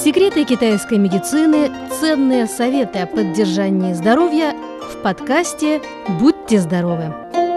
Секреты китайской медицины, ценные советы о поддержании здоровья в подкасте «Будьте здоровы».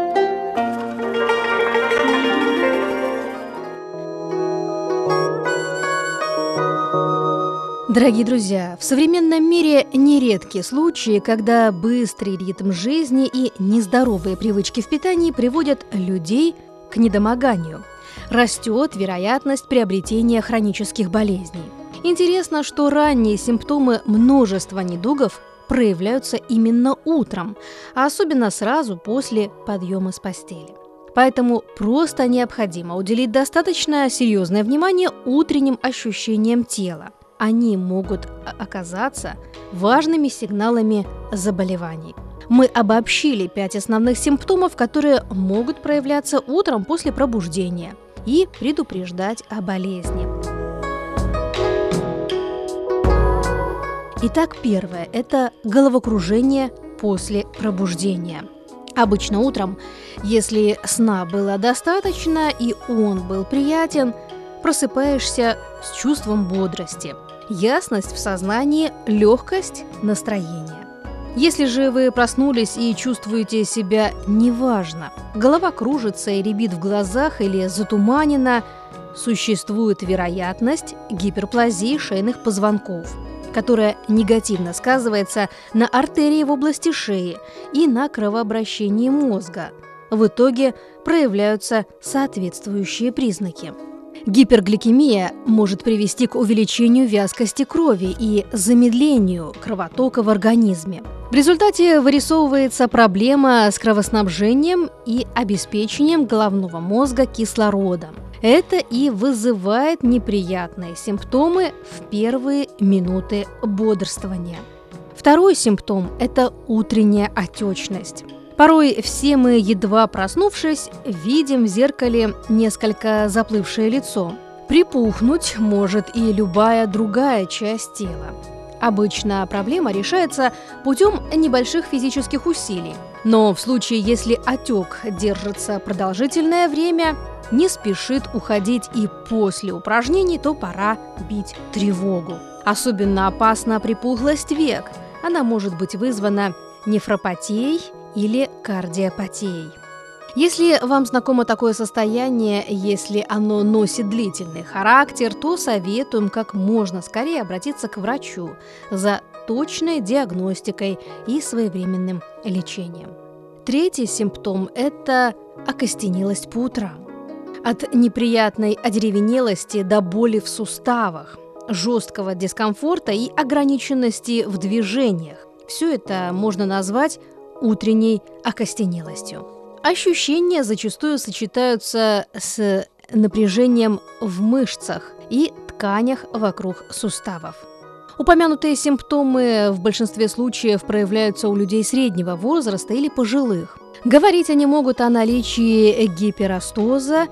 Дорогие друзья, в современном мире нередки случаи, когда быстрый ритм жизни и нездоровые привычки в питании приводят людей к недомоганию. Растет вероятность приобретения хронических болезней. Интересно, что ранние симптомы множества недугов проявляются именно утром, а особенно сразу после подъема с постели. Поэтому просто необходимо уделить достаточно серьезное внимание утренним ощущениям тела. Они могут оказаться важными сигналами заболеваний. Мы обобщили 5 основных симптомов, которые могут проявляться утром после пробуждения и предупреждать о болезни. Итак, первое – это головокружение после пробуждения. Обычно утром, если сна было достаточно и он был приятен, просыпаешься с чувством бодрости, ясность в сознании, легкость настроения. Если же вы проснулись и чувствуете себя неважно, голова кружится и рябит в глазах или затуманена, существует вероятность гиперплазии шейных позвонков, которая негативно сказывается на артерии в области шеи и на кровообращении мозга. В итоге проявляются соответствующие признаки. Гипергликемия может привести к увеличению вязкости крови и замедлению кровотока в организме. В результате вырисовывается проблема с кровоснабжением и обеспечением головного мозга кислородом. Это и вызывает неприятные симптомы в первые минуты бодрствования. Второй симптом – это утренняя отечность. Порой все мы, едва проснувшись, видим в зеркале несколько заплывшее лицо. Припухнуть может и любая другая часть тела. Обычно проблема решается путем небольших физических усилий. Но в случае, если отек держится продолжительное время, не спешит уходить и после упражнений, то пора бить тревогу. Особенно опасна припухлость век. Она может быть вызвана нефропатией или кардиопатией. Если вам знакомо такое состояние, если оно носит длительный характер, то советуем как можно скорее обратиться к врачу за точной диагностикой и своевременным лечением. Третий симптом – это окостенелость по утрам. От неприятной одеревенелости до боли в суставах, жесткого дискомфорта и ограниченности в движениях. Все это можно назвать утренней окостенелостью. Ощущения зачастую сочетаются с напряжением в мышцах и тканях вокруг суставов. Упомянутые симптомы в большинстве случаев проявляются у людей среднего возраста или пожилых. Говорить они могут о наличии гиперостоза,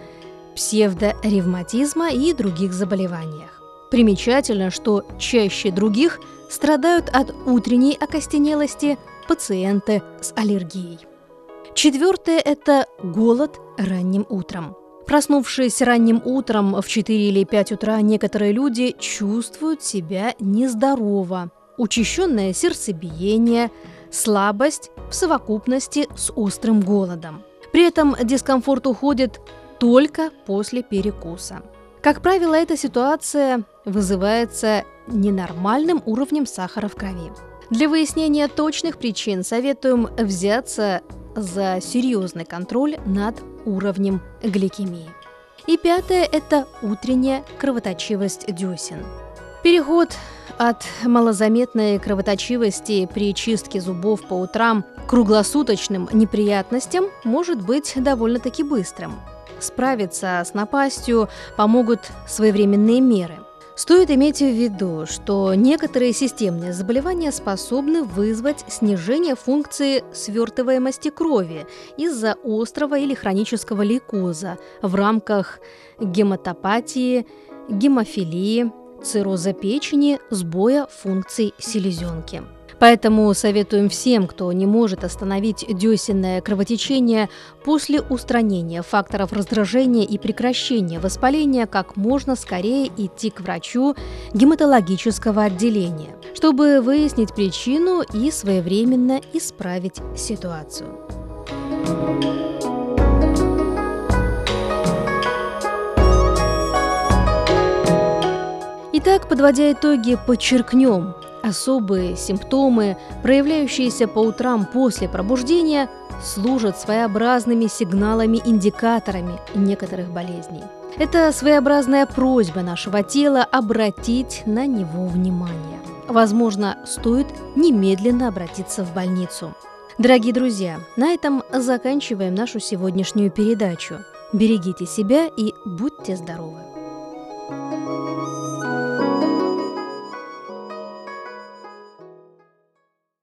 псевдоревматизма и других заболеваниях. Примечательно, что чаще других страдают от утренней окостенелости пациенты с аллергией. Четвертое – это голод ранним утром. Проснувшись ранним утром в 4 или 5 утра, некоторые люди чувствуют себя нездорово. Учащенное сердцебиение, слабость в совокупности с острым голодом. При этом дискомфорт уходит только после перекуса. Как правило, эта ситуация вызывается ненормальным уровнем сахара в крови. Для выяснения точных причин советуем взяться за серьезный контроль над уровнем гликемии. И пятое – это утренняя кровоточивость десен. Переход от малозаметной кровоточивости при чистке зубов по утрам к круглосуточным неприятностям может быть довольно-таки быстрым. Справиться с напастью помогут своевременные меры. Стоит иметь в виду, что некоторые системные заболевания способны вызвать снижение функции свертываемости крови из-за острого или хронического лейкоза в рамках гематопатии, гемофилии, цирроза печени, сбоя функций селезенки. Поэтому советуем всем, кто не может остановить десенное кровотечение, после устранения факторов раздражения и прекращения воспаления как можно скорее идти к врачу гематологического отделения, чтобы выяснить причину и своевременно исправить ситуацию. Итак, подводя итоги, подчеркнем: особые симптомы, проявляющиеся по утрам после пробуждения, служат своеобразными сигналами-индикаторами некоторых болезней. Это своеобразная просьба нашего тела обратить на него внимание. Возможно, стоит немедленно обратиться в больницу. Дорогие друзья, на этом заканчиваем нашу сегодняшнюю передачу. Берегите себя и будьте здоровы!